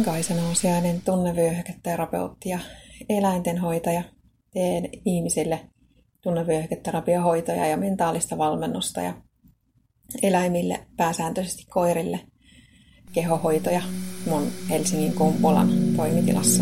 Kaisa Nousiainen, tunnevyöhyketerapeutti ja eläintenhoitaja. Teen ihmisille tunnevyöhyketerapiohoitoja ja mentaalista valmennusta ja eläimille, pääsääntöisesti koirille, kehohoitoja mun Helsingin Kumpulan toimitilassa.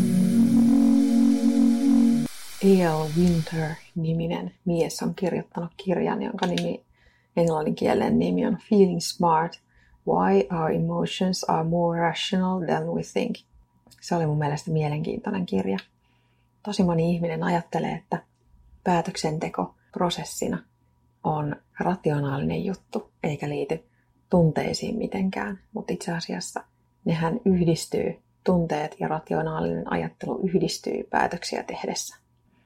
E.L. Winter-niminen mies on kirjoittanut kirjan, jonka englanninkielinen nimi on Feeling Smart. Why our emotions are more rational than we think. Se oli mun mielestä mielenkiintoinen kirja. Tosi moni ihminen ajattelee, että päätöksenteko prosessina on rationaalinen juttu, eikä liity tunteisiin mitenkään. Mutta itse asiassa nehän yhdistyy, tunteet ja rationaalinen ajattelu yhdistyy päätöksiä tehdessä.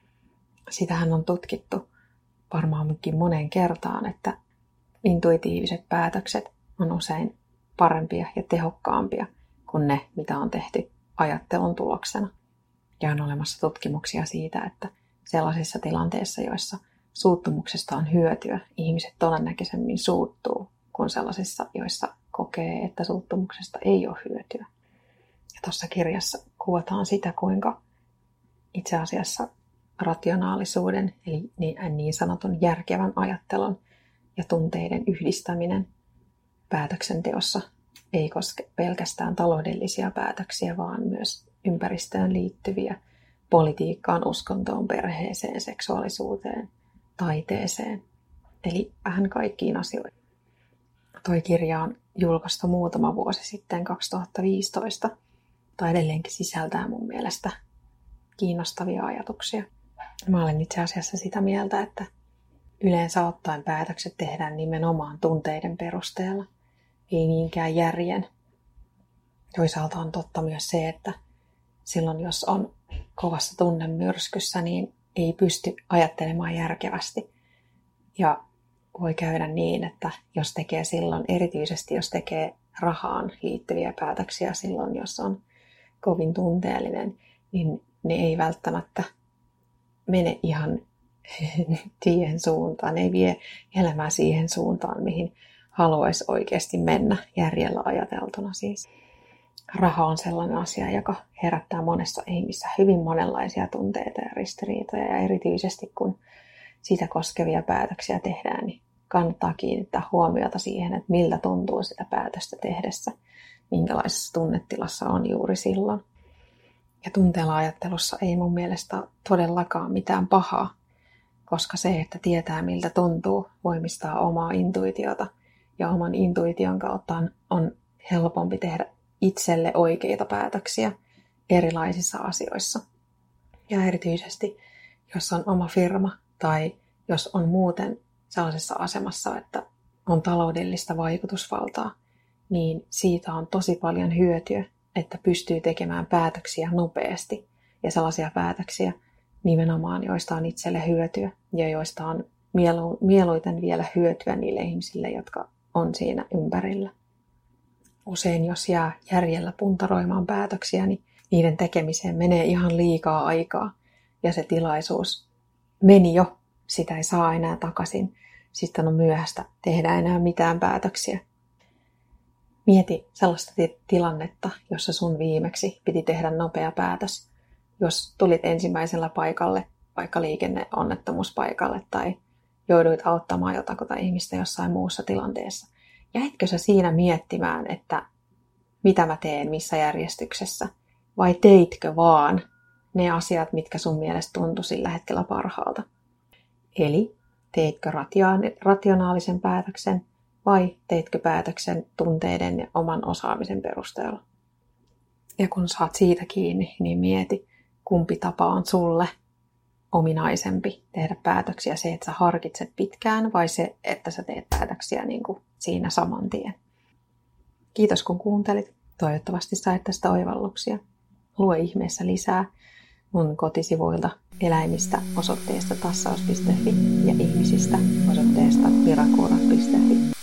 Sitähän on tutkittu varmaankin moneen kertaan, että intuitiiviset päätökset on usein parempia ja tehokkaampia kuin ne, mitä on tehty ajattelun tuloksena. Ja on olemassa tutkimuksia siitä, että sellaisissa tilanteissa, joissa suuttumuksesta on hyötyä, ihmiset todennäköisemmin suuttuu kuin sellaisissa, joissa kokee, että suuttumuksesta ei ole hyötyä. Ja tuossa kirjassa kuvataan sitä, kuinka itse asiassa rationaalisuuden, eli niin sanotun järkevän ajattelun ja tunteiden yhdistäminen päätöksenteossa ei koske pelkästään taloudellisia päätöksiä, vaan myös ympäristöön liittyviä, politiikkaan, uskontoon, perheeseen, seksuaalisuuteen, taiteeseen, eli vähän kaikkiin asioihin. Toi kirja on julkaistu muutama vuosi sitten, 2015, tai edelleenkin sisältää mun mielestä kiinnostavia ajatuksia. Mä olen itse asiassa sitä mieltä, että yleensä ottaen päätökset tehdään nimenomaan tunteiden perusteella, ei niinkään järjen. Toisaalta on totta myös se, että silloin jos on kovassa tunnemyrskyssä, niin ei pysty ajattelemaan järkevästi. Ja voi käydä niin, että jos tekee silloin, erityisesti jos tekee rahaan liittyviä päätöksiä silloin, jos on kovin tunteellinen, niin ne ei välttämättä mene ihan siihen suuntaan, ei vie elämää siihen suuntaan, mihin haluaisi oikeasti mennä järjellä ajateltuna siis. Raha on sellainen asia, joka herättää monessa ihmisessä hyvin monenlaisia tunteita ja ristiriitoja, ja erityisesti kun sitä koskevia päätöksiä tehdään, niin kannattaa kiinnittää huomiota siihen, että miltä tuntuu sitä päätöstä tehdessä, minkälaisessa tunnetilassa on juuri silloin. Ja tunteella ajattelussa ei mun mielestä todellakaan mitään pahaa, koska se, että tietää miltä tuntuu, voimistaa omaa intuitiota. Ja oman intuition kautta on helpompi tehdä itselle oikeita päätöksiä erilaisissa asioissa. Ja erityisesti, jos on oma firma tai jos on muuten sellaisessa asemassa, että on taloudellista vaikutusvaltaa, niin siitä on tosi paljon hyötyä, että pystyy tekemään päätöksiä nopeasti ja sellaisia päätöksiä nimenomaan, joista on itselle hyötyä ja joista on mieluiten vielä hyötyä niille ihmisille, jotka on siinä ympärillä. Usein, jos jää järjellä puntaroimaan päätöksiä, niin niiden tekemiseen menee ihan liikaa aikaa ja se tilaisuus meni jo, sitä ei saa enää takaisin. Sitten on myöhäistä tehdä enää mitään päätöksiä. Mieti sellaista tilannetta, jossa sun viimeksi piti tehdä nopea päätös. Jos tulit ensimmäisellä paikalle, vaikka liikenneonnettomuuspaikalle, tai jouduit auttamaan jotakuta ihmistä jossain muussa tilanteessa. Jäitkö sä siinä miettimään, että mitä mä teen, missä järjestyksessä? Vai teitkö vaan ne asiat, mitkä sun mielestä tuntui sillä hetkellä parhaalta? Eli teitkö rationaalisen päätöksen vai teitkö päätöksen tunteiden ja oman osaamisen perusteella? Ja kun saat siitä kiinni, niin mieti, kumpi tapa on sulle ominaisempi tehdä päätöksiä. Se, että sä harkitset pitkään vai se, että sä teet päätöksiä niin kuin siinä saman tien. Kiitos kun kuuntelit. Toivottavasti sait tästä oivalluksia. Lue ihmeessä lisää mun kotisivuilta eläimistä osoitteesta tassaus.fi ja ihmisistä osoitteesta mirakuura.fi.